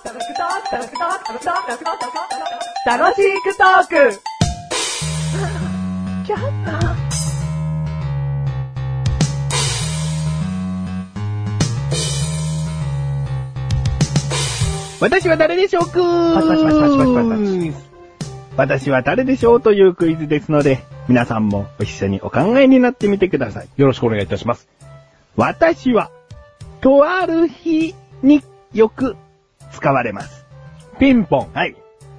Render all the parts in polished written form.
楽しくトーク。 私は誰でしょうか。私は誰でしょうというクイズですので、皆さんも一緒にお考えになってみてください。 よろしくお願いいたします。 私は、とある日によく使われます。 ピンポン。 はい。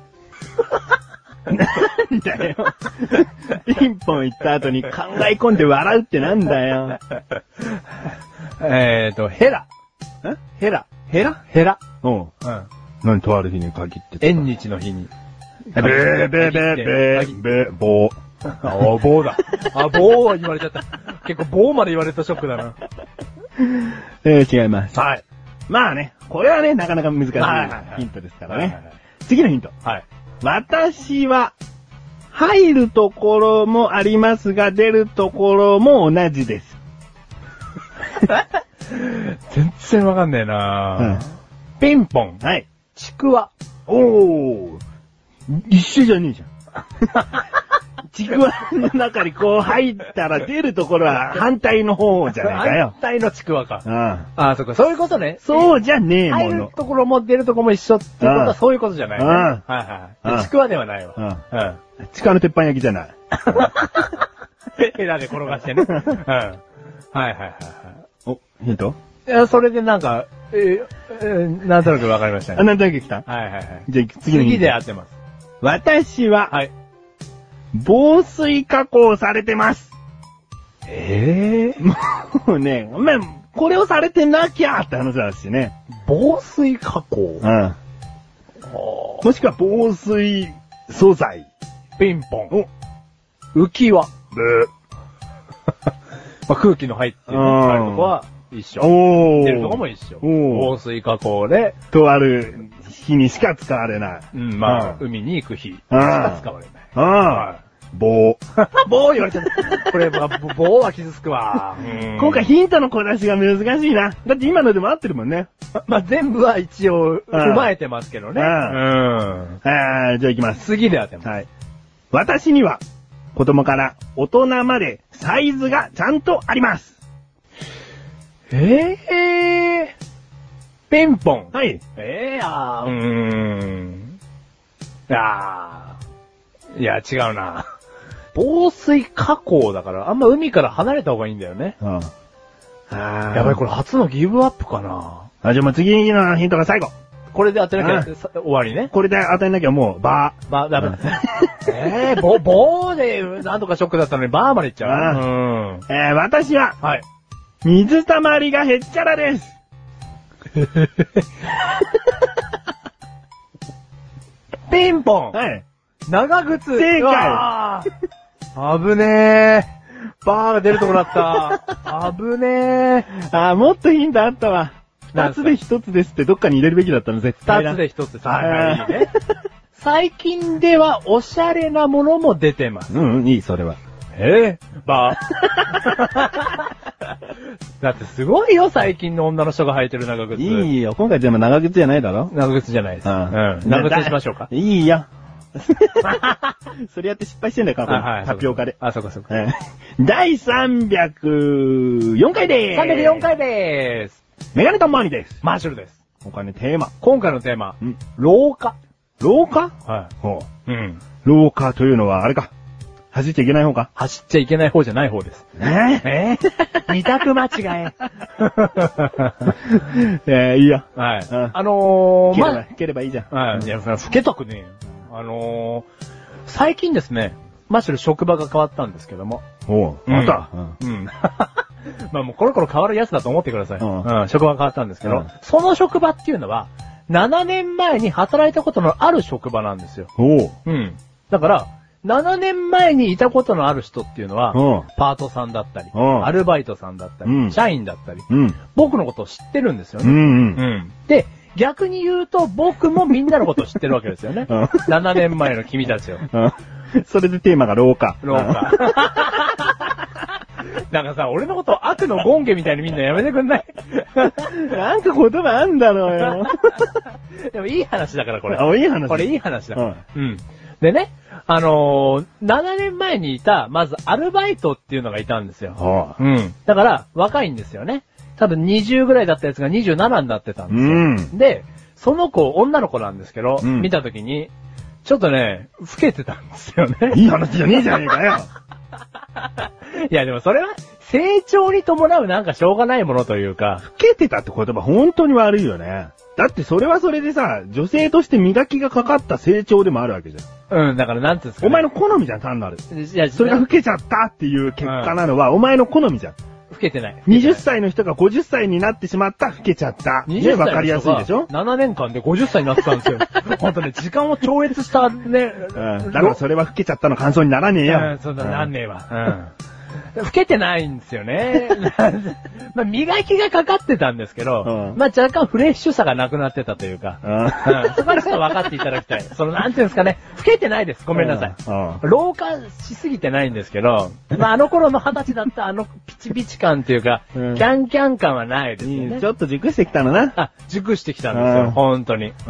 なんだよ。ピンポン言った後に考え込んで笑うってなんだよ。 ヘラ。ヘラ。 ヘラヘラ。 うん。何とある日に限って。 縁日の日に。 ベーベーベーベーベー、棒。 あ、棒だ。あ、棒は言われちゃった。結構棒まで言われたショックだな。 違います。 はい。 まあね、これはね、なかなか難しいヒントですからね。次のヒント。 はい。 私は、入るところもありますが、出るところも同じです。 全然わかんねえな、ピンポン。 はい。 ちくわ。 おー。一緒じゃねえじゃん。ちくわの中にこう入ったら出るところは反対の方じゃないかよ。 反対のちくわか。 あ、 そっか、そういうことね。 そうじゃねえもの。 入るところも出るところも一緒ってことはそういうことじゃないね。はいはい。ちくわではないわ。 ちくわの鉄板焼きじゃない。 ヘラで転がしてね。はいはいはい。 お、ヒント？ いや、それでなんか、なんとなくわかりましたね。 なんとなく来た？ はいはいはい。 じゃあ次のヒント。 次で当てます。 私は、 はい。 防水加工されてます。もうね、これをされてなきゃって話だしね。 防水加工？ もしくは防水素材。 ピンポン。浮き輪。まあ、空気の入ってるとこは一緒。出るとこも一緒。防水加工で、 とある日にしか使われない。 まあ、海に行く日しか使われない。 棒。 棒言われちゃった。これ、棒は傷つくわ。 今回ヒントの小出しが難しいな。だって今のでも合ってるもんね。 まあ、全部は一応踏まえてますけどね。じゃあ行きます。 次で当てます。 はい。私には、子供から大人までサイズがちゃんとあります。 ピンポン。 はい。 いや、違うな。防水加工だから、あんま海から離れた方がいいんだよね。やばい、これ初のギブアップかな。 じゃあもう次のヒントが最後。 これで当てなきゃ終わりね。 これで当てなきゃもう、ダメ。 棒でなんとかショックだったのにバーまで行っちゃう。 私は、 はい。 水たまりがへっちゃらです。 ピンポン。 はい。 長靴。 正解。 危ねー。バーが出るとこだった。危ねー。 もっとヒントあったわ。二つで一つですってどっかに入れるべきだったの、絶対。 二つで一つです。はい、いいね。最近ではおしゃれなものも出てます。 いい、それは。 バー。だってすごいよ、最近の女の人が履いてる長靴。 いいよ、今回全部長靴じゃないだろ？ 長靴じゃないです。長靴にしましょうか。 いいよ。それやって失敗してんだよ、過去に。タピオカで。 そうか。 第304回でーす。 304回でーす。 メガネとマーニーです。 マーシュルです。 他にテーマ。 今回のテーマ。廊下。 廊下？ はい。 廊下というのはあれか。走っちゃいけない方か？ 走っちゃいけない方じゃない方です。二択間違え。いいよ。 はい。 蹴ればいいじゃん。 はい。いや、老けたくねえよ。最近ですね、マッシュル職場が変わったんですけども。 また。 まあもうコロコロ変わるやつだと思ってください。職場が変わったんですけど、その職場っていうのは、7年前に働いたことのある職場なんですよ。だから、7年前にいたことのある人っていうのは、パートさんだったり、アルバイトさんだったり、社員だったり、僕のことを知ってるんですよね。で、逆に言うと僕もみんなのことを知ってるわけですよね。7年前の君たちを。 それでテーマが廊下。 廊下。 なんかさ、俺のこと悪のゴンゲみたいにみんなやめてくんないなんか言葉あんだろうよ。 でもいい話だからこれ。 いい話。 これいい話だから。うん。でね、7年前にいた、まずアルバイトっていうのがいたんですよ。うん。だから、若いんですよね。多分20ぐらいだったやつが27になってたんですよ。うん、で、その子、女の子なんですけど、見たときに、ちょっとね、老けてたんですよね。 いい話じゃねえじゃねえかよ。 いやでもそれは、成長に伴うなんかしょうがないものというか。 老けてたって言葉本当に悪いよね。だってそれはそれでさ、女性として磨きがかかった成長でもあるわけじゃん。うん、だからなんていうんですか、ね。 お前の好みじゃん、単なる。いや、それが老けちゃったっていう結果なのは、お前の好みじゃん。 老けてない。 20歳の人が50歳になってしまった、老けちゃった。 20歳わかりやすいでしょ ?7 年間で50歳になってたんですよ。ほんとね、時間を超越したね。 だからそれは老けちゃったの感想にならねえよ。 そうだ、なんねえわ。老けてないんですよね。まあ、磨きがかかってたんですけど、まあ、若干フレッシュさがなくなってたというか、そこはちょっと分かっていただきたい。なんていうんですかね、老けてないです。ごめんなさい。老化しすぎてないんですけど、まあ、あの頃の20歳だったピチピチ感っていうか、キャンキャン感はないですよね。 ちょっと熟してきたのな。 熟してきたんですよ、本当に。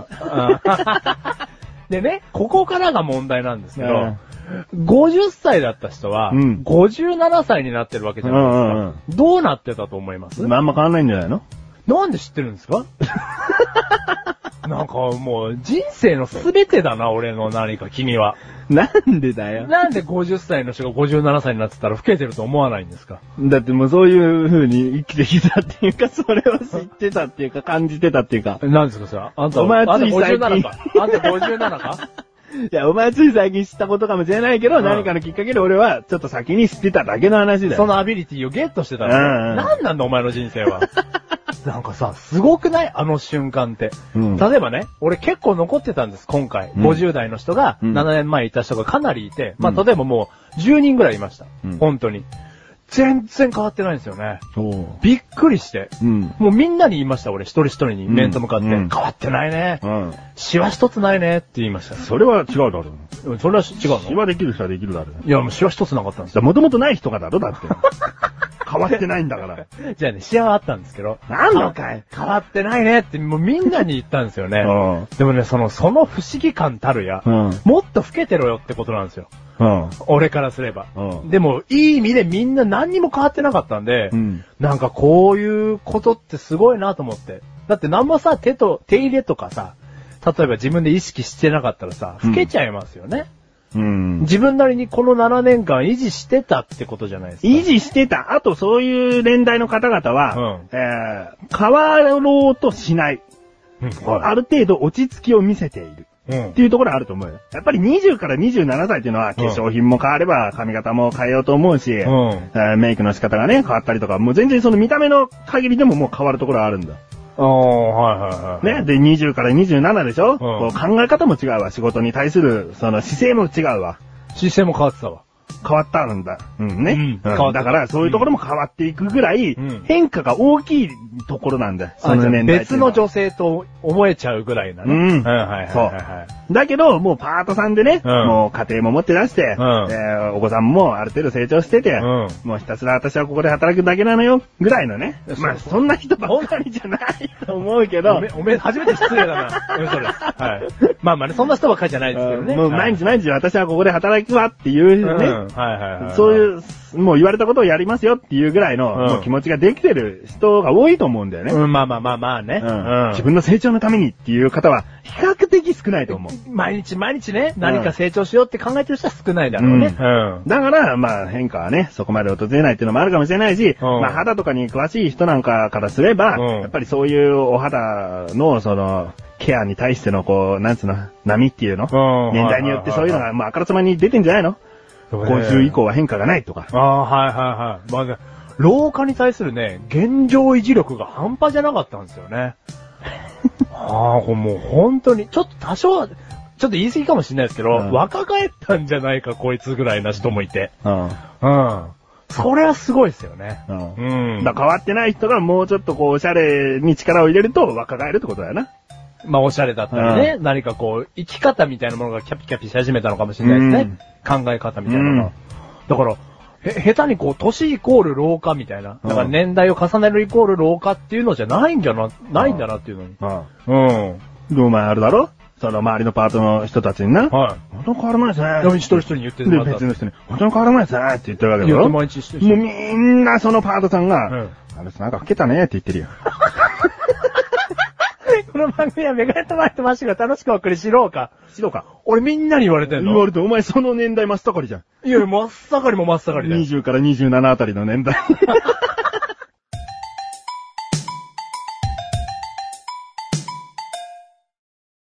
でね、ここからが問題なんですけど、50歳だった人は、57歳になってるわけじゃないですか。どうなってたと思います？ あんま変わんないんじゃないの？ なんで知ってるんですか？なんかもう人生の全てだな、俺の何か君は。 なんでだよ。 なんで50歳の人が57歳になってたら老けてると思わないんですか？ だってもうそういう風に生きてきたっていうか、それを知ってたっていうか、感じてたっていうか。 なんですかそれ？あんた、 お前つい最近。 あんた57かいや、お前つい最近知ったことかもしれないけど、何かのきっかけで俺はちょっと先に知ってただけの話だよ。 そのアビリティをゲットしてたの。なんなんだお前の人生は。なんかさ、すごくないあの瞬間って。例えばね、俺結構残ってたんです、今回。50代の人が、7年前いた人がかなりいて、まあ例えばもう10人ぐらいいました。本当に。全然変わってないんですよね。びっくりして。もうみんなに言いました、俺一人一人に面と向かって。変わってないね。シワ一つないねって言いました。 それは違うだろう。それは違うの？ シワできる人はできるだろう。 いや、もうシワ一つなかったんですよ。 もともとない人がだろ、だって。変わってないんだから。 じゃあね、シワはあったんですけど。 なんのかい？ 変わってないねってもうみんなに言ったんですよね。でもね、その不思議感たるや、もっと老けてろよってことなんですよ。俺からすれば。でも、いい意味でみんな何にも変わってなかったんで、なんかこういうことってすごいなと思って。だって何もさ、手入れとかさ、例えば自分で意識してなかったらさ、老けちゃいますよね。自分なりにこの7年間維持してたってことじゃないですか。 維持してた。あとそういう年代の方々は、変わろうとしない。ある程度落ち着きを見せている。っていうところあると思うよ。やっぱり20から27歳っていうのは化粧品も変われば髪型も変えようと思うし、メイクの仕方がね、変わったりとか、もう全然その見た目の限りでももう変わるところあるんだ。ね。で、20から27でしょ、こう考え方も違うわ。仕事に対する、その姿勢も違うわ。 姿勢も変わってたわ。 変わったんだ。ね。だからそういうところも変わっていくぐらい、変化が大きいところなんだ。 その年代。別の女性と思えちゃうぐらいなね。 そう。だけど、もうパートさんでね、もう家庭も持って出して、お子さんもある程度成長してて、もうひたすら私はここで働くだけなのよ、ぐらいのね。まあ、そんな人ばっかりじゃないと思うけど。 おめ初めて失礼だな。嘘です。はい。まあまあね、そんな人ばっかりじゃないですけどね。 もう毎日私はここで働くわっていうね。そういう、もう言われたことをやりますよっていうぐらいの、もう気持ちができてる人が多いと思うんだよね。 まあね。 自分の成長のためにっていう方は比較的少ないと思う。 毎日ね、何か成長しようって考えてる人は少ないだろうね。 だから、まあ変化はね、そこまで訪れないっていうのもあるかもしれないし、まあ肌とかに詳しい人なんかからすれば、やっぱりそういうお肌のその、ケアに対してのこう、なんつうの、波っていうの年代によってそういうのが、まああからさまに出てんじゃないの？50以降は変化がないとか。 まあね、老化に対するね、現状維持力が半端じゃなかったんですよね。もう本当に、ちょっと多少、ちょっと言い過ぎかもしれないですけど、若返ったんじゃないかこいつぐらいな人もいて。それはすごいですよね。 だ変わってない人がもうちょっとこう、おしゃれに力を入れると若返るってことだよな。 まあ、おしゃれだったりね、何かこう、生き方みたいなものがキャピキャピし始めたのかもしれないですね。考え方みたいなのが。だから、 下手にこう、年イコール老化みたいな。だから年代を重ねるイコール老化っていうのじゃないんだなっていうのに。 で、お前あれだろその周りのパートの人たちにな。 はい。 本当変わらないですね。 一人一人に言ってるで、別の人に、本当に変わらないですねって言ってるわけだろ。 毎日してる。 もうみんなそのパートさんが、あれなんか老けたねって言ってるよ。 この番組はメガネとマリとマッシュが楽しくお送りしろうか。俺みんなに言われてんの。 言われて、お前その年代真っ盛りじゃん。 いや、真っ盛りも真っ盛りだよ。 20から27あたりの年代。